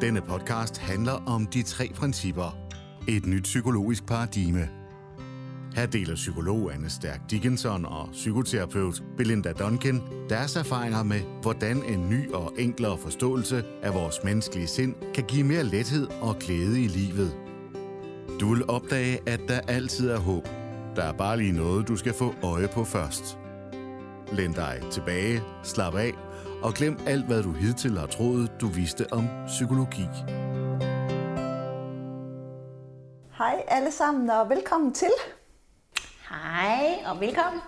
Denne podcast handler om de 3 principper. Et nyt psykologisk paradigme. Her deler psykolog Anne Stærk Dickinson og psykoterapeut Belinda Duncan deres erfaringer med, hvordan en ny og enklere forståelse af vores menneskelige sind kan give mere lethed og glæde i livet. Du vil opdage, at der altid er håb. Der er bare lige noget, du skal få øje på først. Læn dig tilbage, slap af og glem alt, hvad du hidtil har troet, du vidste om psykologi. Hej alle sammen og velkommen til. Hej og velkommen.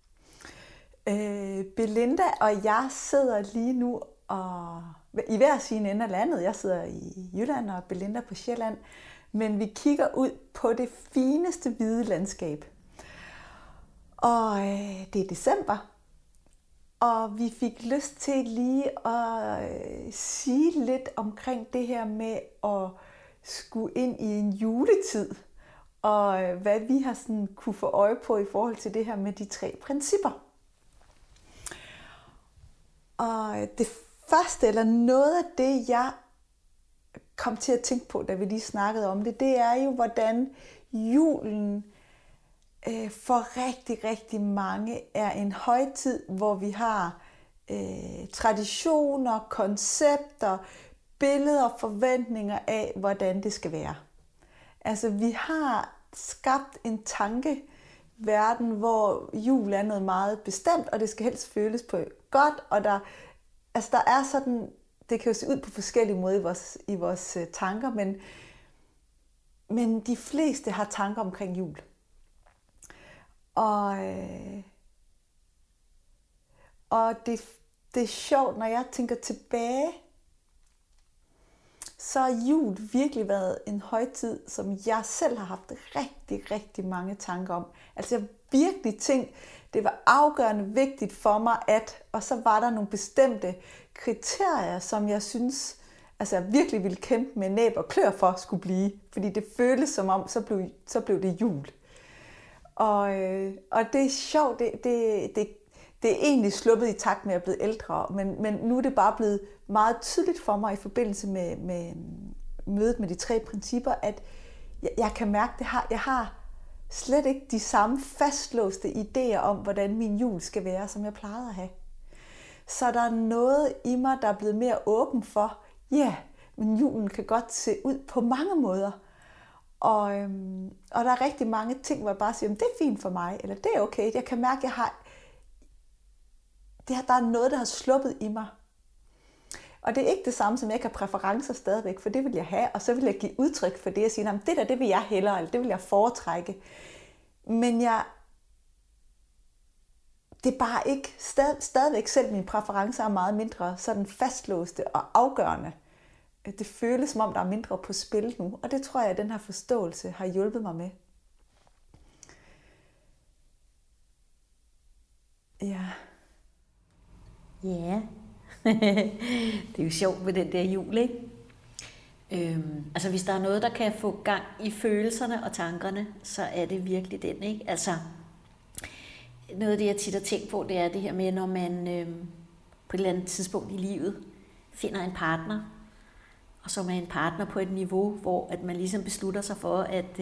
Belinda og jeg sidder lige nu og i hver sin ende af landet. Jeg sidder i Jylland og Belinda på Sjælland. Men vi kigger ud på det fineste hvide landskab. Og det er december. Og vi fik lyst til lige at sige lidt omkring det her med at skulle ind i en juletid. Og hvad vi har sådan kunne få øje på i forhold til det her med de 3 principper. Og det første, eller noget af det, jeg kom til at tænke på, da vi lige snakkede om det, det er jo, hvordan julen for rigtig, rigtig mange er en højtid, hvor vi har traditioner, koncepter, billeder og forventninger af, hvordan det skal være. Altså, vi har skabt en tankeverden, hvor jul er noget meget bestemt, og det skal helst føles på godt, og der er sådan, det kan jo se ud på forskellige måder i vores tanker, men de fleste har tanker omkring jul. Og det er sjovt, når jeg tænker tilbage, så har jul virkelig været en højtid, som jeg selv har haft rigtig, rigtig mange tanker om. Altså jeg virkelig tænkte, det var afgørende vigtigt for mig, og så var der nogle bestemte kriterier, som jeg synes, altså jeg virkelig ville kæmpe med næb og klør for skulle blive. Fordi det føltes som om, så blev det jul. Og det er sjovt, det er egentlig sluppet i takt med at blive ældre, men nu er det bare blevet meget tydeligt for mig i forbindelse med mødet med de 3 principper, at jeg kan mærke, at jeg har slet ikke de samme fastlåste idéer om, hvordan min jul skal være, som jeg plejede at have. Så der er noget i mig, der er blevet mere åben for, men julen kan godt se ud på mange måder. Og der er rigtig mange ting, hvor jeg bare siger, det er fint for mig, eller det er okay. Jeg kan mærke, at der er noget, der har sluppet i mig. Og det er ikke det samme, som jeg ikke har præferencer stadigvæk, for det vil jeg have, og så vil jeg give udtryk for det og sige, det vil jeg hellere, eller det vil jeg foretrække. Men det er bare ikke, stadigvæk selv mine præferencer er meget mindre sådan fastlåste og afgørende. Det føles som om, der er mindre på spil nu, og det tror jeg, at den her forståelse har hjulpet mig med. Ja. Ja, det er jo sjovt med den der jul, ikke? Altså hvis der er noget, der kan få gang i følelserne og tankerne, så er det virkelig den, ikke? Altså noget af det, jeg tit har tænkt på, det er det her med, når man på et eller andet tidspunkt i livet finder en partner, og som er en partner på et niveau, hvor at man ligesom beslutter sig for, at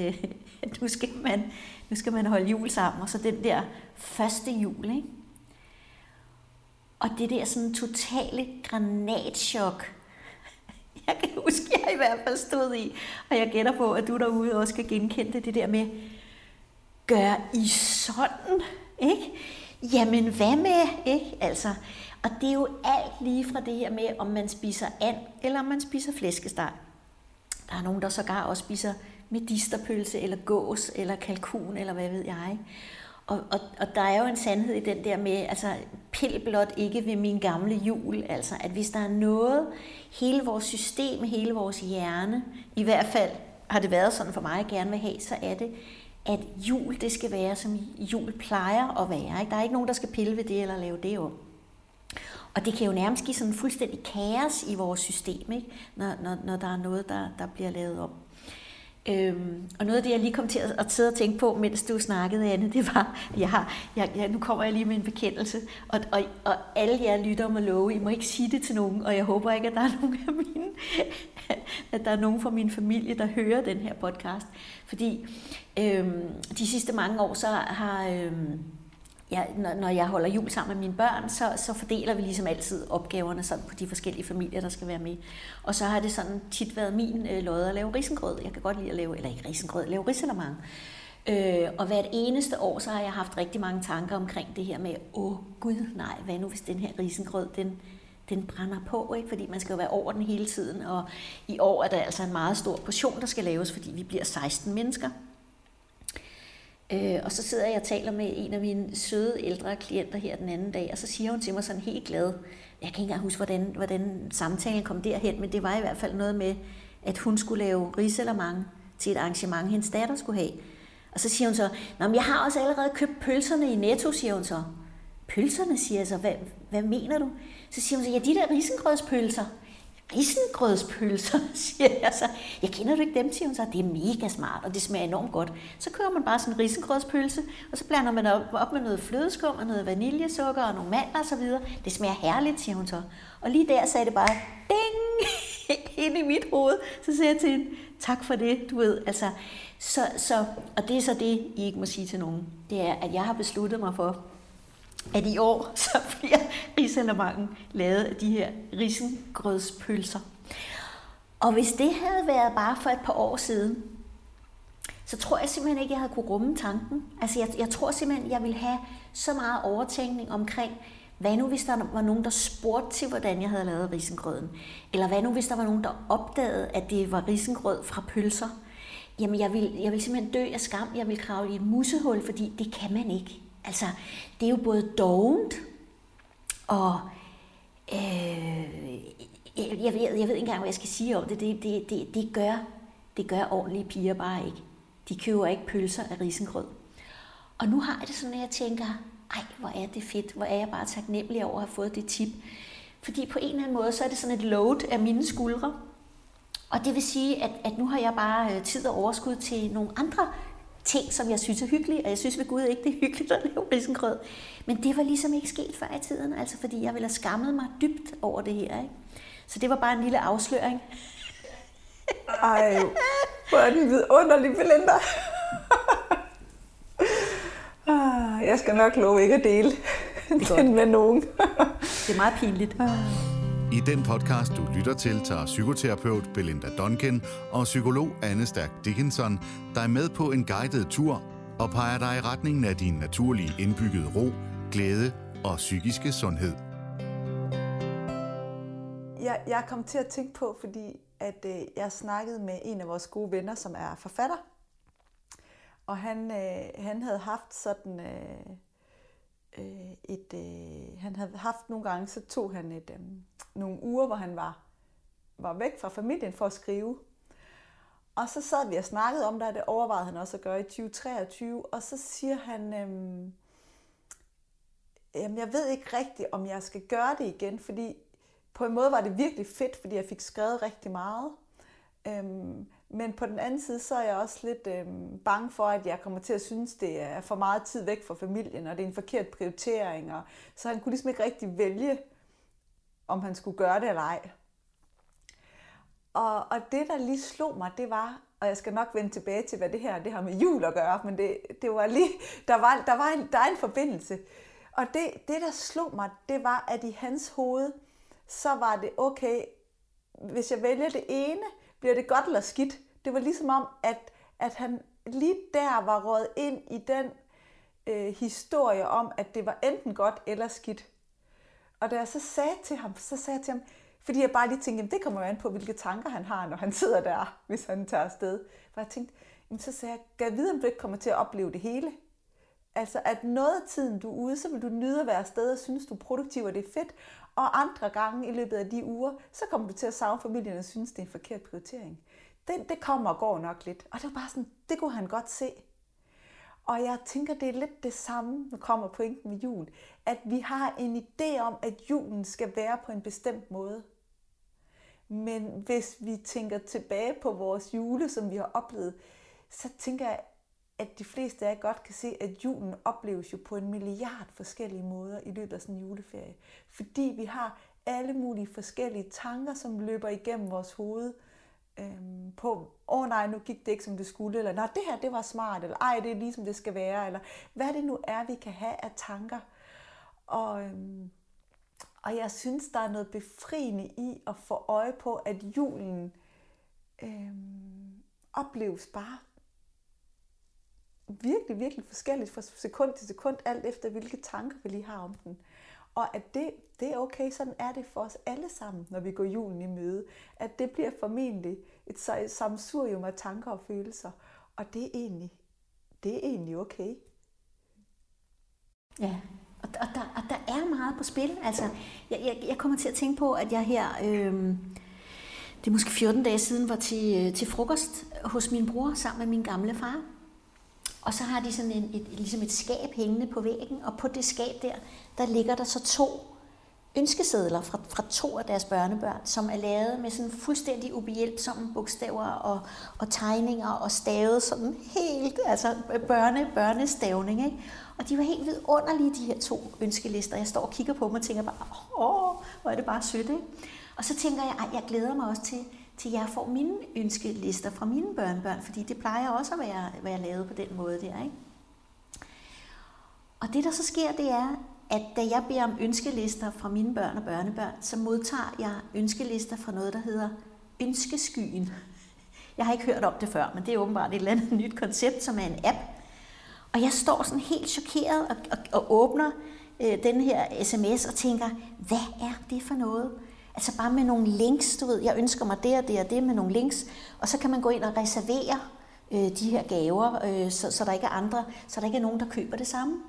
nu skal man holde jul sammen, og så den der første jul, ikke? Og det der sådan totale granatschok, jeg kan huske, jeg i hvert fald stod i, og jeg gætter på, at du derude også kan genkende det der med, gør I sådan, ikke? Jamen hvad med, ikke? Altså, og det er jo alt lige fra det her med, om man spiser and, eller om man spiser flæskesteg. Der er nogen, der sågar også spiser medisterpølse, eller gås, eller kalkun, eller hvad ved jeg. Og der er jo en sandhed i den der med, altså pil blot ikke ved min gamle jul, altså at hvis der er noget, hele vores system, hele vores hjerne, i hvert fald har det været sådan for mig, jeg gerne vil have, så er det, at jul, det skal være, som jul plejer at være. Ikke? Der er ikke nogen, der skal pille ved det eller lave det om. Og det kan jo nærmest give sådan fuldstændig kaos i vores system, ikke? Når der er noget, der bliver lavet om. Og noget af det, jeg lige kom til at sidde og tænke på, mens du snakkede, Anne, det var, nu kommer jeg lige med en bekendelse, og alle jer lytter må love, I må ikke sige det til nogen, og jeg håber ikke, at der er at der er nogen fra min familie, der hører den her podcast. Fordi de sidste mange år, så har... når jeg holder jul sammen med mine børn, så fordeler vi ligesom altid opgaverne sådan på de forskellige familier, der skal være med. Og så har det sådan tit været min lod at lave risengrød. Jeg kan godt lide at lave risalamande. Og hvert eneste år, så har jeg haft rigtig mange tanker omkring det her med, gud nej, hvad nu hvis den her risengrød, den brænder på, ikke? Fordi man skal jo være over den hele tiden. Og i år er der altså en meget stor portion, der skal laves, fordi vi bliver 16 mennesker. Og så sidder jeg og taler med en af mine søde ældre klienter her den anden dag, og så siger hun til mig sådan helt glad, jeg kan ikke engang huske, hvordan samtalen kom derhen, men det var i hvert fald noget med, at hun skulle lave risalamande til et arrangement, hendes datter skulle have. Og så siger hun så, men jeg har også allerede købt pølserne i Netto, siger hun så. Pølserne, siger jeg så, hvad mener du? Så siger hun så, ja, de der risengrødspølser. Risengrødspølser, siger jeg så. Jeg kender du ikke dem, siger hun så. Det er mega smart, og det smager enormt godt. Så kører man bare sådan en risengrødspølse, og så blander man op med noget flødeskum og noget vaniljesukker og nogle mandler og så videre. Det smager herligt, siger hun så. Og lige der sagde det bare, ding, ind i mit hoved. Så siger jeg til hende, tak for det, du ved. Altså, og det er så det, I ikke må sige til nogen. Det er, at jeg har besluttet mig for, at i år, så bliver risalamanden lavet af de her risengrødspølser. Og hvis det havde været bare for et par år siden, så tror jeg simpelthen ikke, jeg havde kunne rumme tanken. Altså jeg tror simpelthen, jeg ville have så meget overtænkning omkring, hvad nu hvis der var nogen, der spurgte til, hvordan jeg havde lavet risengrøden? Eller hvad nu hvis der var nogen, der opdagede, at det var risengrød fra pølser? Jamen jeg vil simpelthen dø af skam, jeg vil kravle i et musehul, fordi det kan man ikke. Altså, det er jo både dovent, og jeg ved ikke engang, hvad jeg skal sige om det. Det gør ordentlige piger bare ikke. De køber ikke pølser af risengrød. Og nu har jeg det sådan, at jeg tænker, ej, hvor er det fedt, hvor er jeg bare taknemmelig over at have fået det tip. Fordi på en eller anden måde, så er det sådan et load af mine skuldre. Og det vil sige, at nu har jeg bare tid og overskud til nogle andre ting, som jeg synes er hyggelige, og jeg synes ved Gud ikke, det er hyggeligt at lave risengrød. Men det var ligesom ikke sket før i tiden, altså fordi jeg ville have skammet mig dybt over det her, ikke? Så det var bare en lille afsløring. Ej, hvor er den vidunderlig, Belinda. Jeg skal nok love ikke at dele den med nogen. Det er meget pinligt. I den podcast, du lytter til, tager psykoterapeut Belinda Duncan og psykolog Anne Stærk Dickinson dig med på en guided tur og peger dig i retningen af din naturlige indbyggede ro, glæde og psykiske sundhed. Jeg kom til at tænke på, fordi at jeg snakkede med en af vores gode venner, som er forfatter. Og han havde haft sådan han havde haft nogle gange, så tog han nogle uger, hvor han var væk fra familien for at skrive. Og så sad vi og snakkede om det, og det overvejede han også at gøre i 2023. Og så siger han, jamen jeg ved ikke rigtigt, om jeg skal gøre det igen, fordi på en måde var det virkelig fedt, fordi jeg fik skrevet rigtig meget. Men på den anden side, så er jeg også lidt bange for, at jeg kommer til at synes, det er for meget tid væk fra familien, og det er en forkert prioritering. Så han kunne ligesom ikke rigtig vælge, om han skulle gøre det eller ej. Og det, der lige slog mig, det var, og jeg skal nok vende tilbage til, hvad det har med jul at gøre, men det var lige, der er en forbindelse. Og det, der slog mig, det var, at i hans hoved, så var det okay, hvis jeg vælger det ene, bliver det godt eller skidt. Det var ligesom om, at han lige der var røget ind i den historie om, at det var enten godt eller skidt. Og da jeg så sagde til ham, fordi jeg bare lige tænkte, jamen det kommer jo an på, hvilke tanker han har, når han sidder der, hvis han tager afsted. For jeg tænkte, jamen så sagde jeg, kan jeg vide, om du ikke kommer til at opleve det hele? Altså, at noget af tiden du er ude, så vil du nyde at være afsted og synes, du er produktiv, og det er fedt. Og andre gange i løbet af de uger, så kommer du til at savne familien og synes, det er en forkert prioritering. Det kommer og går nok lidt. Og det var bare sådan, det kunne han godt se. Og jeg tænker, det er lidt det samme, nu kommer pointen med jul. At vi har en idé om, at julen skal være på en bestemt måde. Men hvis vi tænker tilbage på vores jule, som vi har oplevet, så tænker jeg, at de fleste af jer godt kan se, at julen opleves jo på 1 milliard forskellige måder i løbet af sådan en juleferie. Fordi vi har alle mulige forskellige tanker, som løber igennem vores hoved på, nej, nu gik det ikke, som det skulle, eller nej, det her, det var smart, eller ej, det er ligesom det skal være, eller hvad det nu er, vi kan have af tanker. Og jeg synes, der er noget befriende i at få øje på, at julen opleves bare virkelig, virkelig forskelligt fra sekund til sekund, alt efter hvilke tanker vi lige har om den. Og at det er okay, sådan er det for os alle sammen, når vi går julen i møde. At det bliver formentlig et sammensurium af tanker og følelser. Og det er egentlig okay. Ja, og der er meget på spil. Altså, jeg kommer til at tænke på, at jeg her, det er måske 14 dage siden, var til frokost hos min bror sammen med min gamle far. Og så har de sådan ligesom et skab hængende på væggen, og på det skab der ligger der så 2 ønskesedler fra 2 af deres børnebørn, som er lavet med sådan fuldstændig ubehjælpsomme bogstaver og tegninger og stavet sådan helt, altså børnestavning, ikke? Og de var helt vidunderlige, de her 2 ønskelister. Jeg står og kigger på dem og tænker bare, hvor er det bare sødt, ikke? Og så tænker jeg glæder mig også til jeg får mine ønskelister fra mine børnebørn, fordi det plejer også at være lavet på den måde der, ikke? Og det, der så sker, det er, at da jeg beder om ønskelister fra mine børn og børnebørn, så modtager jeg ønskelister fra noget, der hedder Ønskeskyen. Jeg har ikke hørt om det før, men det er åbenbart et eller andet nyt koncept, som er en app. Og jeg står sådan helt chokeret og åbner den her sms og tænker, hvad er det for noget? Altså bare med nogle links, du ved, jeg ønsker mig det og det og det med nogle links, og så kan man gå ind og reservere de her gaver, så der ikke er andre, så der ikke er nogen, der køber det samme.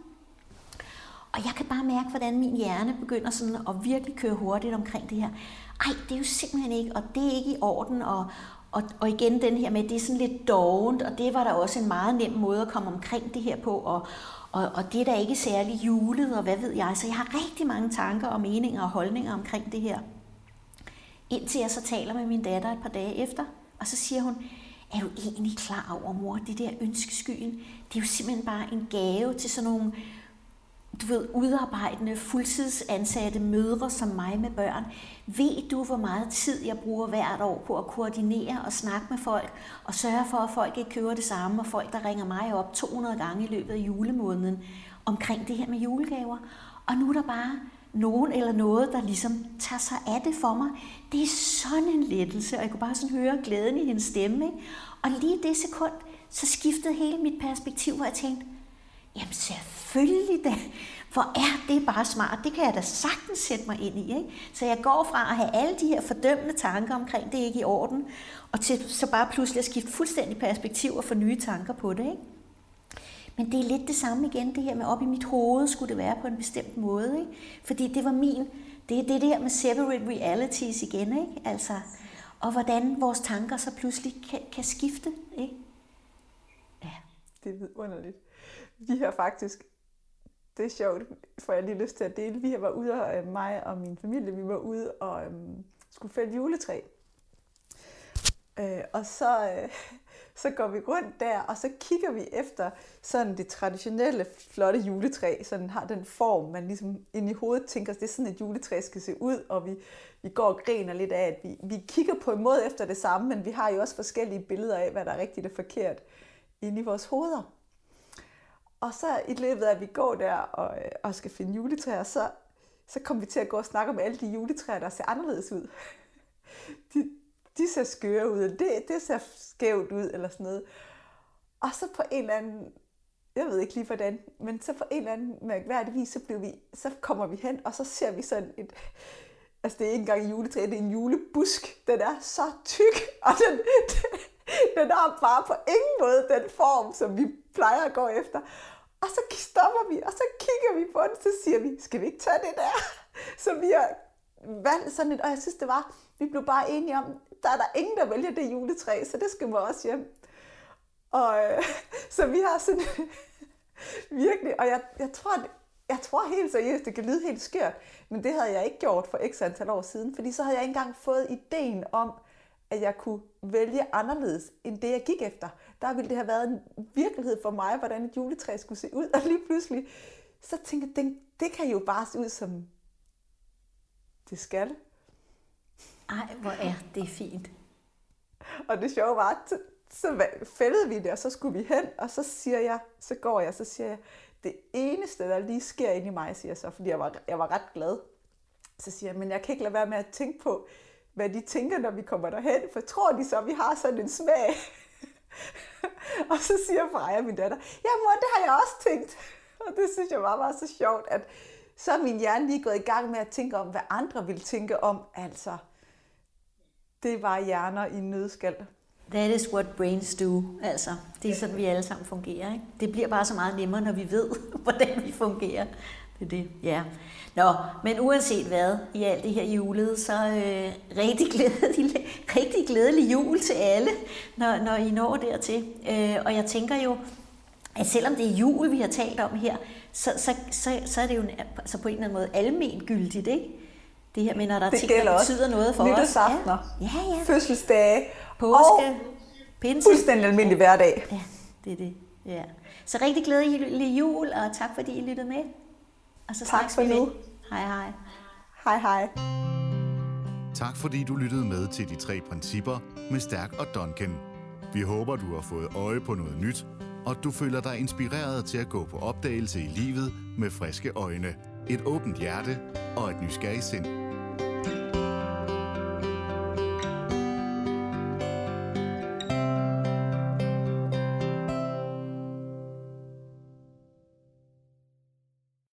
Og jeg kan bare mærke, hvordan min hjerne begynder sådan at virkelig køre hurtigt omkring det her. Ej, det er jo simpelthen ikke, og det er ikke i orden, og igen den her med, det er sådan lidt dovent, og det var der også en meget nem måde at komme omkring det her på, og det er da ikke særlig julet, og hvad ved jeg. Så jeg har rigtig mange tanker og meninger og holdninger omkring det her. Indtil jeg så taler med min datter et par dage efter, og så siger hun, er du egentlig klar over, mor, det der ønskeskyen, det er jo simpelthen bare en gave til sådan nogle, du ved, udarbejdende, fuldtidsansatte mødre som mig med børn. Ved du, hvor meget tid jeg bruger hvert år på at koordinere og snakke med folk, og sørge for, at folk ikke køber det samme, og folk, der ringer mig op 200 gange i løbet af julemåneden omkring det her med julegaver. Og nu er der bare nogen eller noget, der ligesom tager sig af det for mig. Det er sådan en lettelse, og jeg kunne bare sådan høre glæden i hendes stemme, ikke? Og lige det sekund, så skiftede hele mit perspektiv, hvor jeg tænkte, jamen selvfølgelig da, hvor er det bare smart, det kan jeg da sagtens sætte mig ind i, ikke? Så jeg går fra at have alle de her fordømmende tanker omkring, det er ikke i orden, og til så bare pludselig at skifte fuldstændig perspektiv og få nye tanker på det, ikke? Men det er lidt det samme igen, det her med op i mit hoved skulle det være på en bestemt måde, ikke? Fordi det var det er det her med separate realities igen, ikke? Altså, og hvordan vores tanker så pludselig kan skifte, ikke? Ja. Det er vidunderligt. Vi har faktisk, det er sjovt, får jeg lige lyst til at dele, vi var ude, mig og min familie, vi var ude og skulle fælde juletræ. Og så går vi rundt der, og så kigger vi efter sådan det traditionelle, flotte juletræ, sådan har den form, man ligesom inde i hovedet tænker, det er sådan, et juletræ skal se ud, og vi går og griner lidt af, at vi kigger på en måde efter det samme, men vi har jo også forskellige billeder af, hvad der er rigtigt og forkert inde i vores hoveder. Og så i løbet af, at vi går der og skal finde juletræer, så kommer vi til at gå og snakke om alle de juletræer, der ser anderledes ud. De ser skøre ud, det ser skævt ud, eller sådan noget. Og så på en eller anden, jeg ved ikke lige hvordan, men så på en eller anden mærkværdig vis, så kommer vi hen, og så ser vi sådan altså det er ikke engang en juletræ, det er en julebusk. Den er så tyk, og den har bare på ingen måde den form, som vi plejer at gå efter. Og så stopper vi, og så kigger vi på den, så siger vi, skal vi ikke tage det der? Så vi har valgt sådan et, og jeg synes vi blev bare enige om, der er der ingen, der vælger det juletræ, så det skal vi også hjem. Og så vi har sådan virkelig, og jeg tror, at Jeg tror helt seriøst, det kan lyde helt skørt, men det havde jeg ikke gjort for x antal år siden, fordi så havde jeg ikke engang fået ideen om, at jeg kunne vælge anderledes end det, jeg gik efter. Der ville det have været en virkelighed for mig, hvordan et juletræ skulle se ud, og lige pludselig, så tænkte jeg, det kan jo bare se ud som det skal. Ej, hvor er det fint. Og det sjove var, så fældede vi det, og så skulle vi hen, og så siger jeg, det eneste, der lige sker inde i mig, siger jeg så, fordi jeg var ret glad. Så siger jeg, men jeg kan ikke lade være med at tænke på, hvad de tænker, når vi kommer derhen, for tror de så, at vi har sådan en smag? Og så siger Freja, min datter, ja mor, det har jeg også tænkt. Og det synes jeg var så sjovt, at så er min hjerne lige gået i gang med at tænke om, hvad andre ville tænke om. Altså, det var hjerner i nødskal. That is what brains do. Altså, det er sådan, vi alle sammen fungerer. Ikke? Det bliver bare så meget nemmere, når vi ved, hvordan vi fungerer. Det er det, ja. Nå, men uanset hvad i alt det her julet, så rigtig glædelig jul til alle, når I når dertil. Og jeg tænker jo, at selvom det er jul, vi har talt om her, så er det jo så på en eller anden måde almengyldigt, ikke? Det her med, når der er ting, der betyder noget for os. Nytårsaftener, ja. fødselsdage, påske, pinse. Fuldstændig almindelig hverdag. Ja, det er det. Ja. Så rigtig glædelig jul, og tak fordi I lyttede med. Og så tak for nu. Hej. Hej. Tak fordi du lyttede med til de 3 principper med Stærk og Duncan. Vi håber, du har fået øje på noget nyt, og du føler dig inspireret til at gå på opdagelse i livet med friske øjne, et åbent hjerte og et nysgerrigt sind.